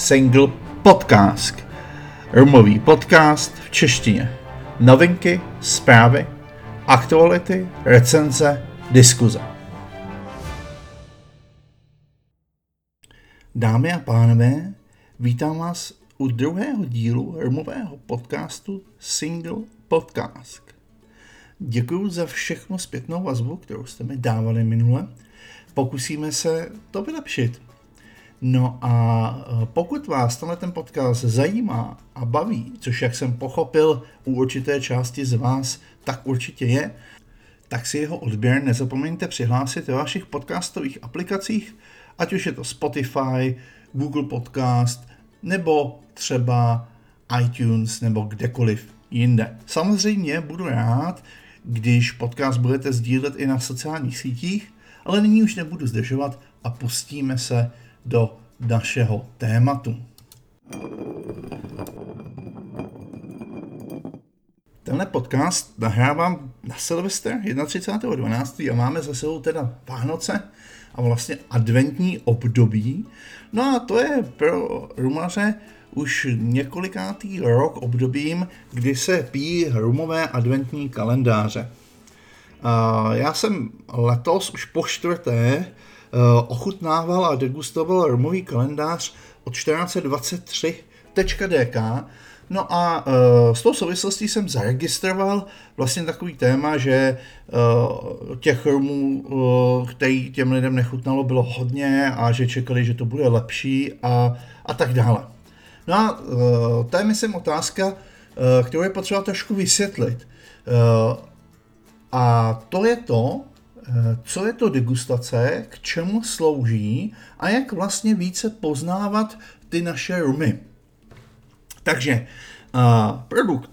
Single Podcast. Rumový podcast v češtině. Novinky, zprávy, aktuality, recenze, diskuze. Dámy a pánové, vítám vás u druhého dílu rumového podcastu Single Podcast. Děkuji za všechnu zpětnou vazbu, kterou jste mi dávali minule. Pokusíme se to vylepšit. No a pokud vás ten podcast zajímá a baví, což jak jsem pochopil u určité části z vás, tak určitě je, tak si jeho odběr nezapomeňte přihlásit ve vašich podcastových aplikacích, ať už je to Spotify, Google Podcast, nebo třeba iTunes, nebo kdekoliv jinde. Samozřejmě budu rád, když podcast budete sdílet i na sociálních sítích, ale nyní už nebudu zdržovat a pustíme se do našeho tématu. Tenhle podcast nahrávám na Silvestr 31.12. a máme za sebou teda Vánoce a vlastně adventní období. No a to je pro rumaře už několikátý rok obdobím, kdy se pijí rumové adventní kalendáře. Já jsem letos už po čtvrté ochutnával a degustoval rumový kalendář od 1423.dk. No a s tou souvislostí jsem zaregistroval vlastně takový téma, že těch rumů, který těm lidem nechutnalo, bylo hodně a že čekali, že to bude lepší a tak dále. No a to je, myslím, otázka, kterou je potřeba trošku vysvětlit. A to je to, co je to degustace, k čemu slouží a jak vlastně více poznávat ty naše rumy. Takže produkt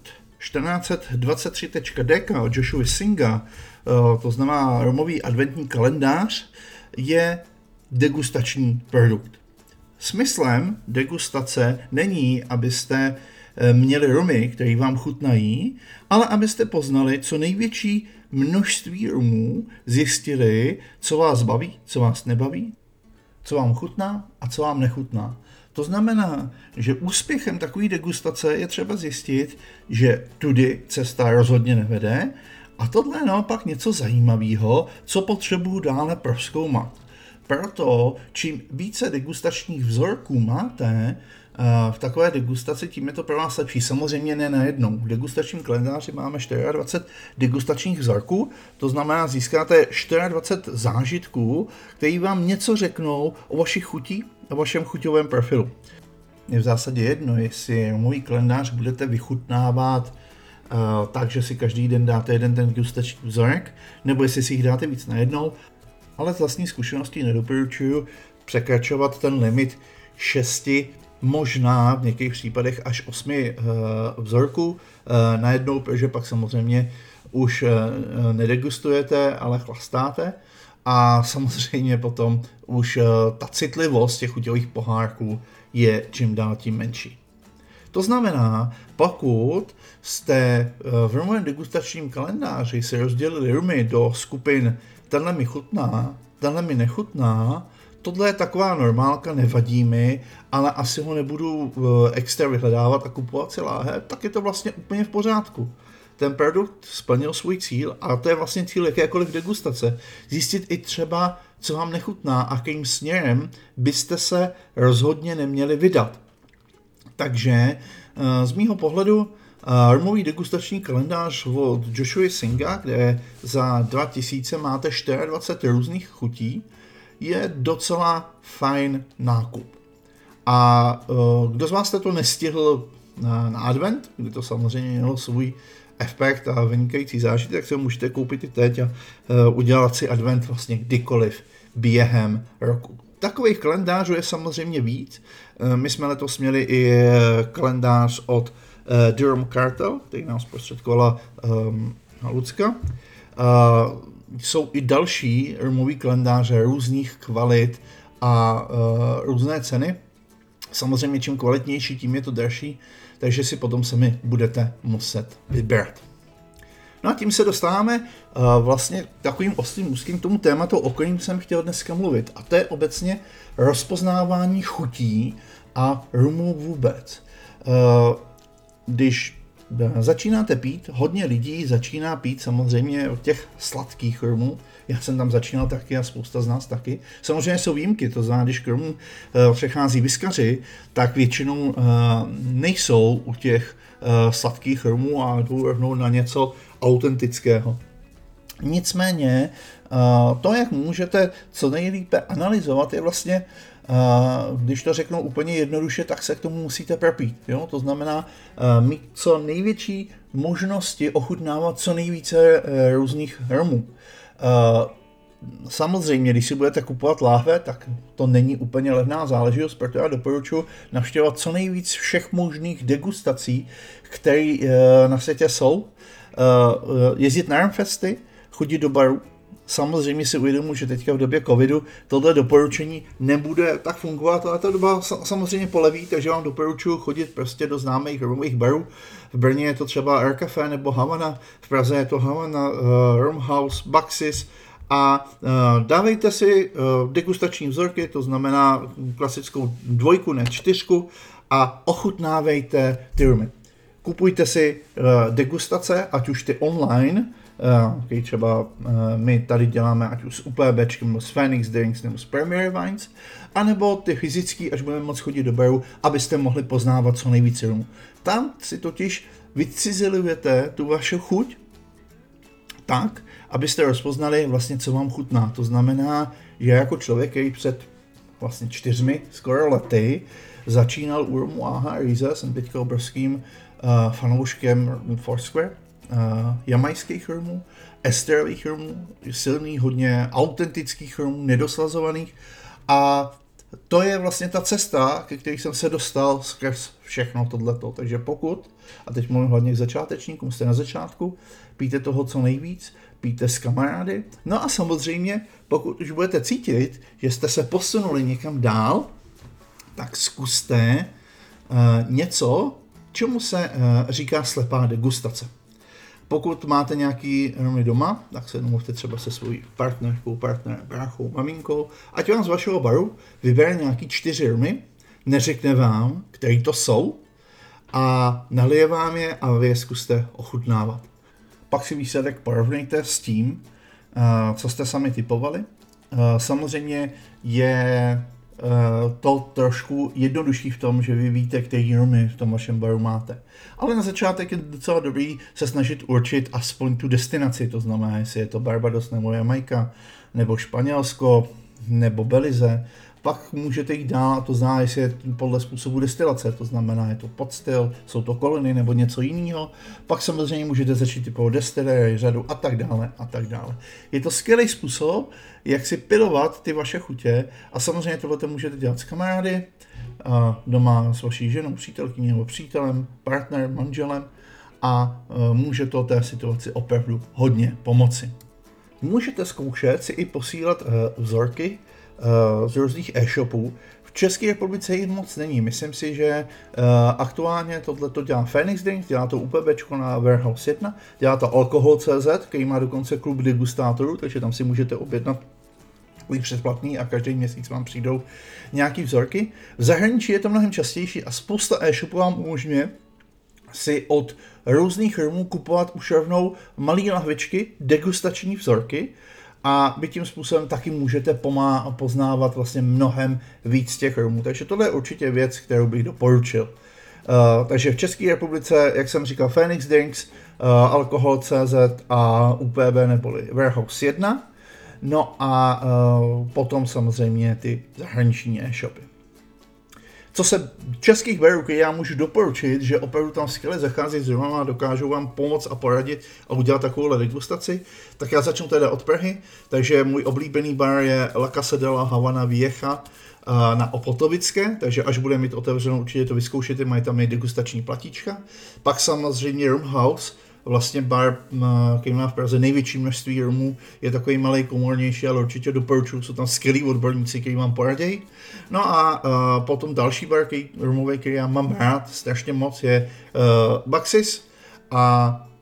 1423.dk od Joshua Singa, to znamená rumový adventní kalendář, je degustační produkt. Smyslem degustace není, abyste měli rumy, které vám chutnají, ale abyste poznali co největší množství rumů, zjistili, co vás baví, co vás nebaví, co vám chutná a co vám nechutná. To znamená, že úspěchem takové degustace je třeba zjistit, že tudy cesta rozhodně nevede a tohle je naopak něco zajímavého, co potřebuju dále prozkoumat. Proto čím více degustačních vzorků máte v takové degustaci, tím je to pro vás lepší. Samozřejmě ne najednou. V degustačním kalendáři máme 24 degustačních vzorků, to znamená, získáte 24 zážitků, které vám něco řeknou o vašich chutí a vašem chuťovém profilu. Je v zásadě jedno, jestli rumový kalendář budete vychutnávat takže si každý den dáte jeden ten degustační vzorek, nebo jestli si jich dáte víc najednou, ale z vlastní zkušenosti nedoporučuju překračovat ten limit 6, možná v některých případech až 8 vzorků najednou, protože pak samozřejmě už nedegustujete, ale chlastáte a samozřejmě potom už ta citlivost těch chuťových pohárků je čím dál tím menší. To znamená, pokud jste v rumovém degustačním kalendáři si rozdělili rumy do skupin tenhle mi chutná, tenhle mi nechutná, tohle je taková normálka, nevadí mi, ale asi ho nebudu extra vyhledávat a kupovat si láhev, tak je to vlastně úplně v pořádku. Ten produkt splnil svůj cíl a to je vlastně cíl jakékoliv degustace. Zjistit i třeba, co vám nechutná a jakým směrem byste se rozhodně neměli vydat. Takže z mýho pohledu rumový degustační kalendář od Joshua Singa, kde za 2000 máte 24 různých chutí, je docela fajn nákup. A kdo z vás jste to nestihl na advent, kdy to samozřejmě mělo svůj efekt a vynikající zážitek, tak se můžete koupit i teď a udělat si advent vlastně kdykoliv během roku. Takových kalendářů je samozřejmě víc. My jsme letos měli i kalendář od Durham Cartel, který nám zprostředkovala Lucka. Jsou i další rumový kalendáře různých kvalit a různé ceny. Samozřejmě čím kvalitnější, tím je to dražší, takže si potom sami budete muset vybrat. No a tím se dostáváme vlastně takovým ostrým úzkým k tomu tématu, o kterým jsem chtěl dneska mluvit. A to je obecně rozpoznávání chutí a rumů vůbec. Když začínáte pít, hodně lidí začíná pít samozřejmě od těch sladkých rumů. Já jsem tam začínal taky a spousta z nás taky. Samozřejmě jsou výjimky, to znamená, když k rumu přechází viskaři, tak většinou nejsou u těch sladkých rumů a jdou rovnou na něco autentického. Nicméně to, jak můžete co nejlépe analyzovat, je vlastně, když to řeknu úplně jednoduše, tak se k tomu musíte propít. Jo? To znamená mít co největší možnosti ochutnávat co nejvíce různých rumů. Samozřejmě, když si budete kupovat láhve, tak to není úplně levná záležitost, proto já doporučuji navštěvovat co nejvíc všech možných degustací, které na světě jsou, jezdit na rumfesty, chodit do baru. Samozřejmě si uvědomuji, že teďka v době covidu tohle doporučení nebude tak fungovat, ale ta doba samozřejmě poleví, takže vám doporučuji chodit prostě do známých rumových barů. V Brně je to třeba Air Café nebo Havana, v Praze je to Havana, Rum House, Baxis a dávejte si degustační vzorky, to znamená klasickou 2, ne 4 a ochutnávejte ty rumy. Kupujte si degustace, ať už ty online, který třeba my tady děláme ať už s UPBčkem, nebo s Phoenix Drinks, nebo s Premier Wines, anebo ty fyzický, až budeme moc chodit do baru, abyste mohli poznávat co nejvíce rumů. Tam si totiž vycizelujete tu vaši chuť tak, abyste rozpoznali vlastně, co vám chutná. To znamená, že jako člověk, který před vlastně 4 skoro lety začínal u rumu AHA Riza, jsem teďka obrovským fanouškem Foursquare, jamajských rumů, esterových rumů, silných, hodně autentických rumů, nedoslazovaných a to je vlastně ta cesta, ke které jsem se dostal skrz všechno tohleto. Takže pokud, a teď mluvím hlavně k začátečníkům, jste na začátku, pijte toho co nejvíc, pijte s kamarády, no a samozřejmě, pokud už budete cítit, že jste se posunuli někam dál, tak zkuste něco, čemu se říká slepá degustace. Pokud máte nějaký rumy doma, tak se domluvte třeba se svojí partnerkou, partnerem, bráchou, maminkou, ať vám z vašeho baru vybere nějaký 4 rumy, neřekne vám, který to jsou a nalije vám je a vy je zkuste ochutnávat. Pak si výsledek porovnejte s tím, co jste sami typovali. Samozřejmě je to trošku jednodušší v tom, že vy víte, který rumy v tom vašem baru máte. Ale na začátek je docela dobrý se snažit určit aspoň tu destinaci, to znamená, jestli je to Barbados nebo Jamajka, nebo Španělsko, nebo Belize. Pak můžete jít dál a to zná, jestli je podle způsobu destilace, to znamená, je to podstyl, jsou to kolony nebo něco jiného. Pak samozřejmě můžete začít typovat destilery, řadu a tak dále a tak dále. Je to skvělý způsob, jak si pilovat ty vaše chutě a samozřejmě tohle můžete dělat s kamarády, doma s vaší ženou, přítelkyní nebo přítelem, partnerem, manželem a může to té situaci opravdu hodně pomoci. Můžete zkoušet si i posílat vzorky z různých e-shopů. V České republice jich moc není. Myslím si, že aktuálně tohleto dělá Phoenix Drinks, dělá to UPBčko na Warehouse 1, dělá to Alkohol.cz, který má dokonce klub degustátorů, takže tam si můžete objednat předplatný a každý měsíc vám přijdou nějaký vzorky. V zahraničí je to mnohem častější a spousta e-shopů vám umožňuje si od různých rumů kupovat už rovnou malé lahvičky, degustační vzorky a vy tím způsobem taky můžete poznávat vlastně mnohem víc těch rumů. Takže tohle je určitě věc, kterou bych doporučil. Takže v České republice, jak jsem říkal, Phoenix Drinks, Alkohol.cz a UPB neboli Warehouse 1. No a potom samozřejmě ty zahraniční e-shopy. Co se českých barů, které já můžu doporučit, že opravdu tam skvěle zachází s rumama, dokážou vám pomoct a poradit a udělat takovouhle degustaci, tak já začnu teda od Prahy. Takže můj oblíbený bar je La Casa de la Havana Vieja na Opotovické, takže až bude mít otevřenou, určitě to vyzkoušíte, mají tam i degustační platíčka. Pak samozřejmě Rum House, vlastně bar, který má v Praze největší množství rumů, je takový malej, komornější, ale určitě doporučuji, jsou tam skvělí odborníci, kteří vám poradějí. No a potom další bar rumový, který já mám rád strašně moc, je Baxis a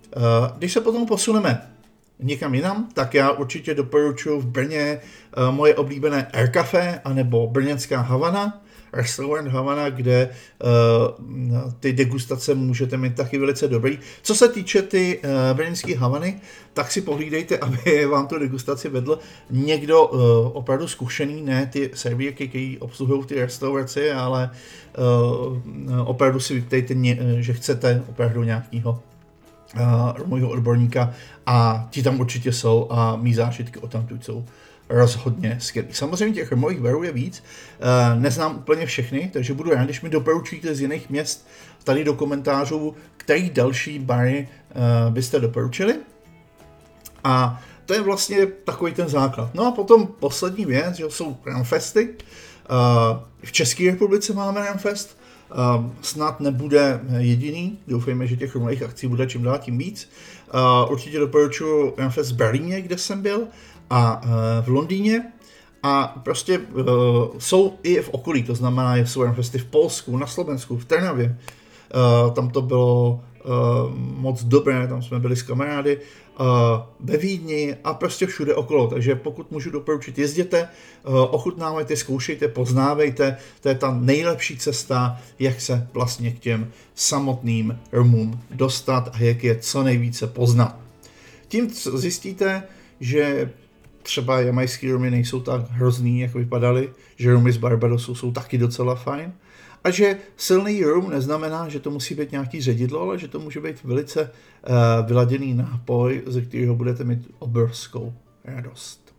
Když se potom posuneme někam jinam, tak já určitě doporučuji v Brně moje oblíbené Air Café anebo brněnská Havana, restaurant Havana, kde ty degustace můžete mít taky velice dobrý. Co se týče ty brněnské Havany, tak si pohlídejte, aby vám tu degustaci vedl někdo opravdu zkušený, ne ty servírky, který obsluhují ty restauraci, ale opravdu si vyptejte, že chcete opravdu nějakýho mojho odborníka a ti tam určitě jsou a mý zážitky o tamtud jsou rozhodně skvělý. Samozřejmě těch mojich barů je víc, neznám úplně všechny, takže budu rád, když mi doporučíte z jiných měst tady do komentářů, který další bary byste doporučili. A to je vlastně takový ten základ. No a potom poslední věc, že jsou Ramfesty. V České republice máme Ramfest, snad nebude jediný, doufejme, že těch rumových akcí bude čím dál tím víc. Určitě doporučuji Ramfest v Berlíně, kde jsem byl, a v Londýně. A prostě jsou i v okolí, to znamená, jsou Ramfesty v Polsku, na Slovensku, v Trnavě. Tam to bylo moc dobré, tam jsme byli s kamarády, ve Vídni a prostě všude okolo, takže pokud můžu doporučit, jezděte, ochutnávajte, zkoušejte, poznávejte, to je ta nejlepší cesta, jak se vlastně k těm samotným rumům dostat a jak je co nejvíce poznat. Tím zjistíte, že třeba jamajský rumy nejsou tak hrozný, jak vypadaly, že rumy z Barbadosu jsou taky docela fajn, a že silný rum neznamená, že to musí být nějaký ředidlo, ale že to může být velice vyladěný nápoj, ze kterého budete mít obrovskou radost.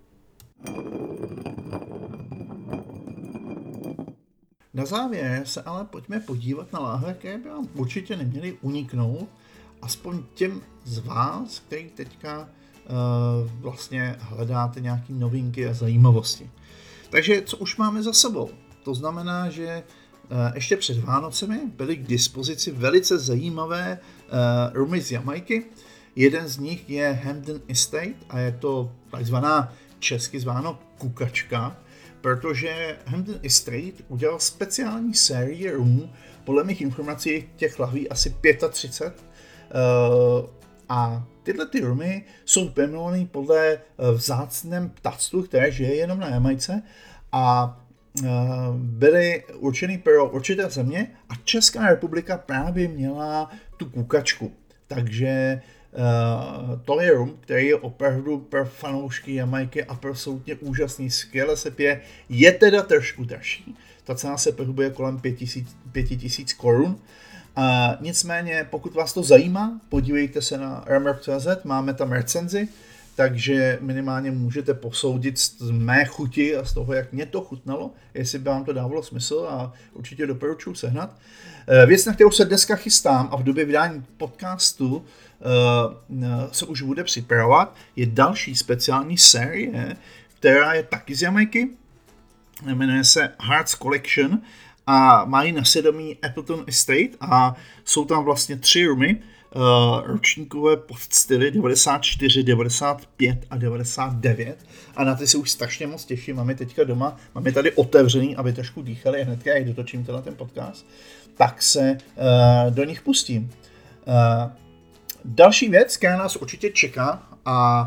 Na závěr se ale pojďme podívat na láhve, které by vám určitě neměly uniknout, aspoň těm z vás, který teďka vlastně hledáte nějaké novinky a zajímavosti. Takže co už máme za sebou? To znamená, že ještě před Vánocemi byly k dispozici velice zajímavé rumy z Jamajky. Jeden z nich je Hampden Estate a je to takzvaná česky zváno kukačka, protože Hampden Estate udělal speciální sérii rumů, podle mých informací těch lahví asi 35, a tyhle ty rumy jsou pojmenované podle vzácném ptactvu, které žije jenom na Jamajce a byly určeny pro určité země a Česká republika právě měla tu kukačku. Takže to je rum, který je opravdu pro fanoušky Jamajky absolutně úžasný, skvěle se pije, je teda trošku dražší. Ta cena se pohybuje kolem 5000 korun. Nicméně, pokud vás to zajímá, podívejte se na Ramrock.cz, máme tam recenzi, takže minimálně můžete posoudit z mé chuti a z toho, jak mě to chutnalo, jestli by vám to dávalo smysl a určitě doporučuji sehnat. Věc, na kterou se dneska chystám a v době vydání podcastu se už bude připravovat, je další speciální série, která je taky z Jamajky, jmenuje se Hearts Collection a mají na svědomí Appleton Estate a jsou tam vlastně 3 rumy, ročníkové podstyly 94, 95 a 99 a na ty se už strašně moc těším, máme teďka doma, máme tady otevřený, aby trošku dýchali a hnedka, jak dotočím ten podcast, tak se do nich pustím. Další věc, která nás určitě čeká a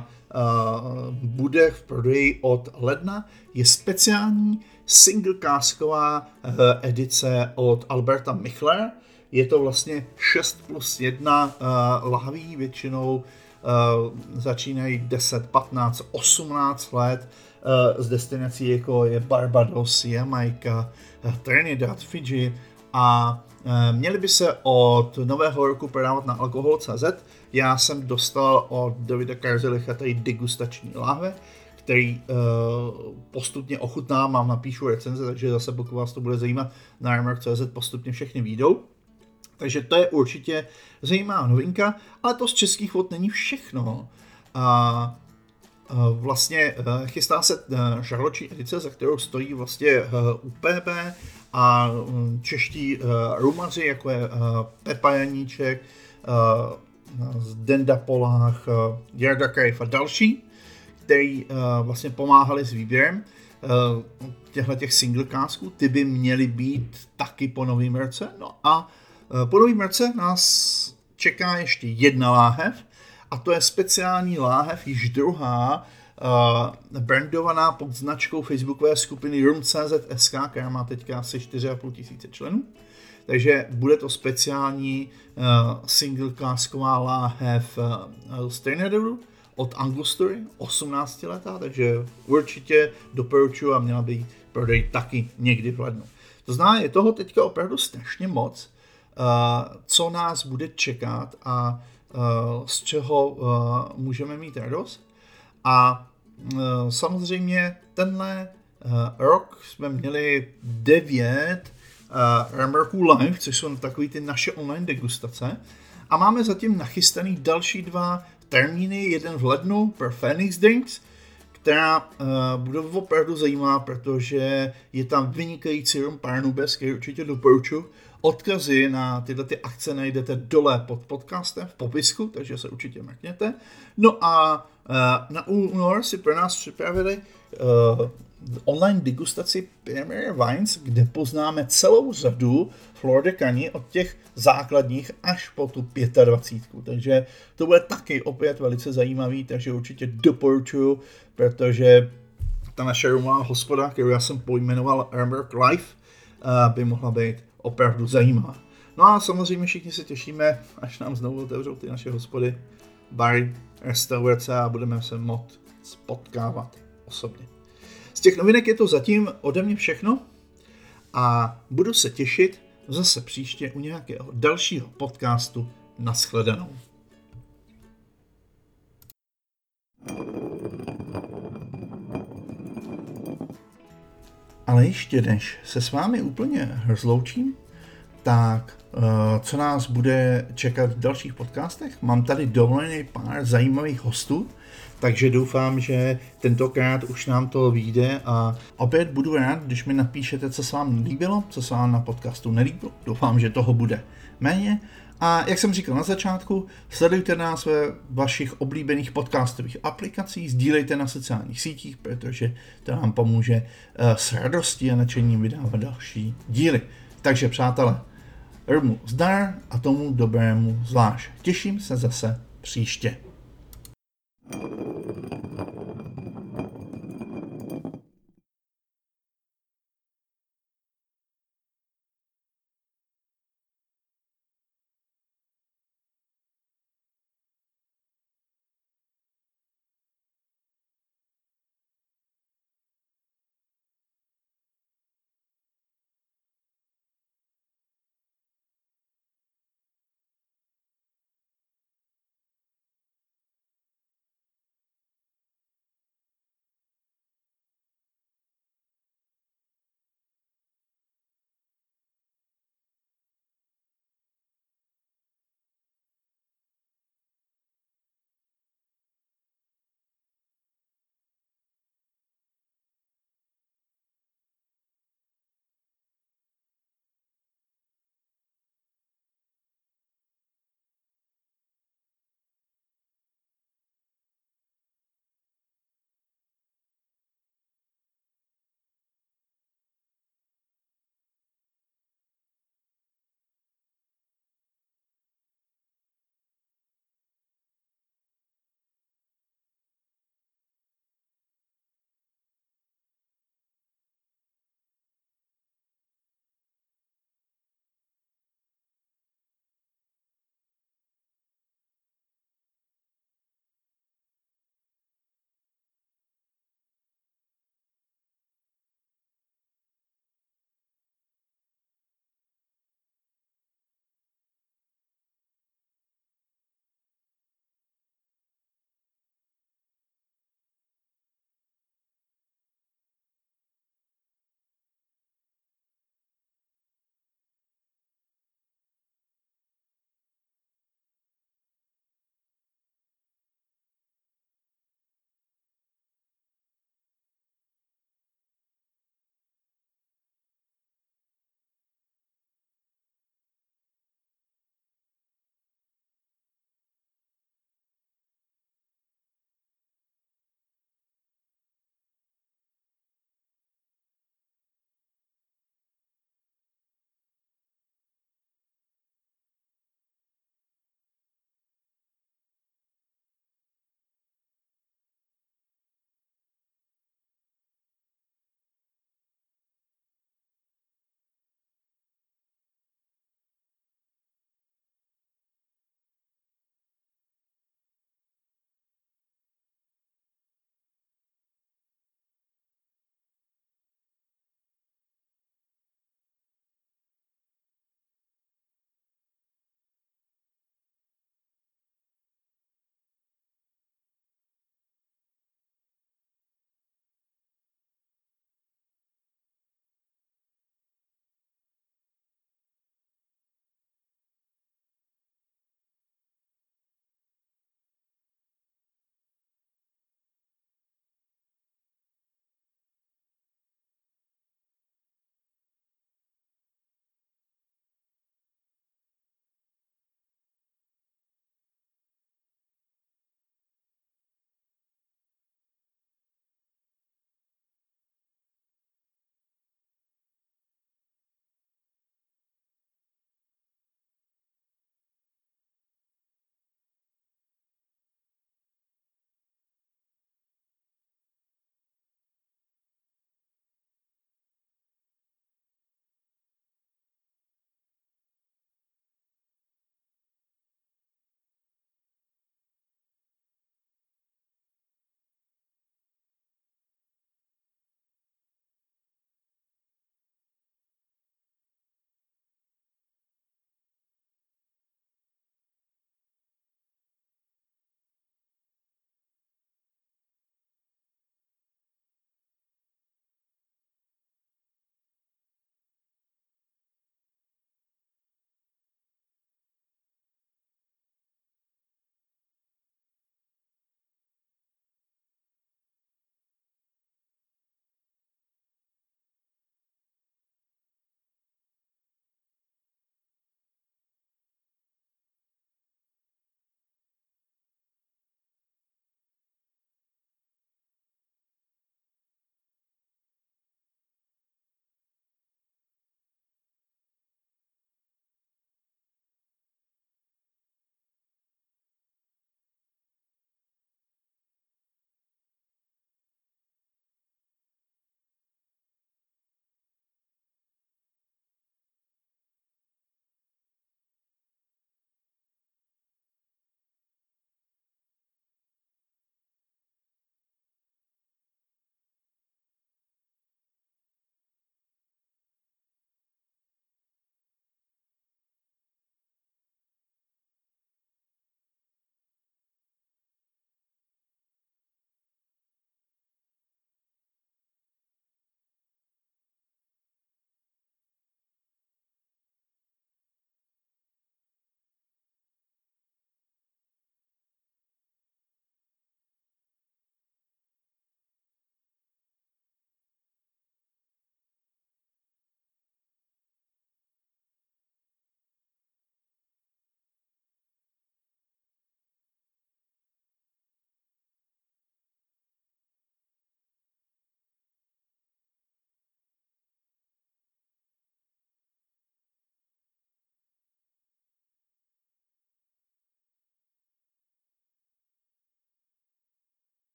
bude v prodeji od ledna, je speciální single casková edice od Alberta Michler. Je to vlastně 6+1 lahví, většinou začínají 10, 15, 18 let z destinací jako je Barbados, Jamajka, Trinidad, Fidži a měli by se od nového roku prodávat na alkohol.cz. Já jsem dostal od Davida Karzelicha tady degustační láhve, který postupně ochutnám, mám napíšu recenze, takže zase pokud vás to bude zajímat, na Ramrock.cz postupně všechny výjdou. Takže to je určitě zajímavá novinka, ale to z českých vod není všechno. Vlastně chystá se žarločí edice, za kterou stojí vlastně UPB a čeští rumaři, jako je Pepa Janíček, Zdenda Polách, Jarda Krajf a další, který vlastně pomáhali s výběrem těch single casků. Ty by měly být taky po novým roce. No a po novým roce nás čeká ještě jedna láhev a to je speciální láhev, již druhá, brandovaná pod značkou facebookové skupiny Room.cz.sk, která má teďka asi 4,5 tisíce členů. Takže bude to speciální single klásková láhev Steinerodu od Anglestory, 18 letá, takže určitě doporučuji a měla by jít prodej taky někdy v lednu. To znamená, je toho teďka opravdu strašně moc, co nás bude čekat a z čeho můžeme mít radost. A samozřejmě tenhle rok jsme měli 9 Rammerků live, což jsou takový ty naše online degustace. A máme zatím nachystaný další 2 termíny, jeden v lednu pro Phoenix Drinks, která bude opravdu zajímavá, protože je tam vynikající rum Parnubes, který určitě doporučuji. Odkazy na tyhle ty akce najdete dole pod podcastem v popisku, takže se určitě mrkněte. No a na únor si pro nás připravili online degustaci Premier Wines, kde poznáme celou řadu Flor de Cani od těch základních až po tu 25. Takže to bude taky opět velice zajímavý, takže určitě doporučuji, protože ta naše rumová hospoda, kterou já jsem pojmenoval Ramberg Life, by mohla být opravdu zajímavá. No a samozřejmě všichni se těšíme, až nám znovu otevřou ty naše hospody, bary, restaurace a budeme se moct potkávat osobně. Z těch novinek je to zatím ode mě všechno a budu se těšit zase příště u nějakého dalšího podcastu. Naschledanou. Ale ještě než se s vámi úplně rozloučím, tak co nás bude čekat v dalších podcastech? Mám tady dovolený pár zajímavých hostů, takže doufám, že tentokrát už nám to vyjde a opět budu rád, když mi napíšete, co se vám líbilo, co se vám na podcastu nelíbilo. Doufám, že toho bude méně. A jak jsem říkal na začátku, sledujte nás ve vašich oblíbených podcastových aplikacích, sdílejte na sociálních sítích, protože to nám pomůže s radostí a nadšením vydávat další díly. Takže přátelé, rumu zdar a tomu dobrému zvlášť. Těším se zase příště.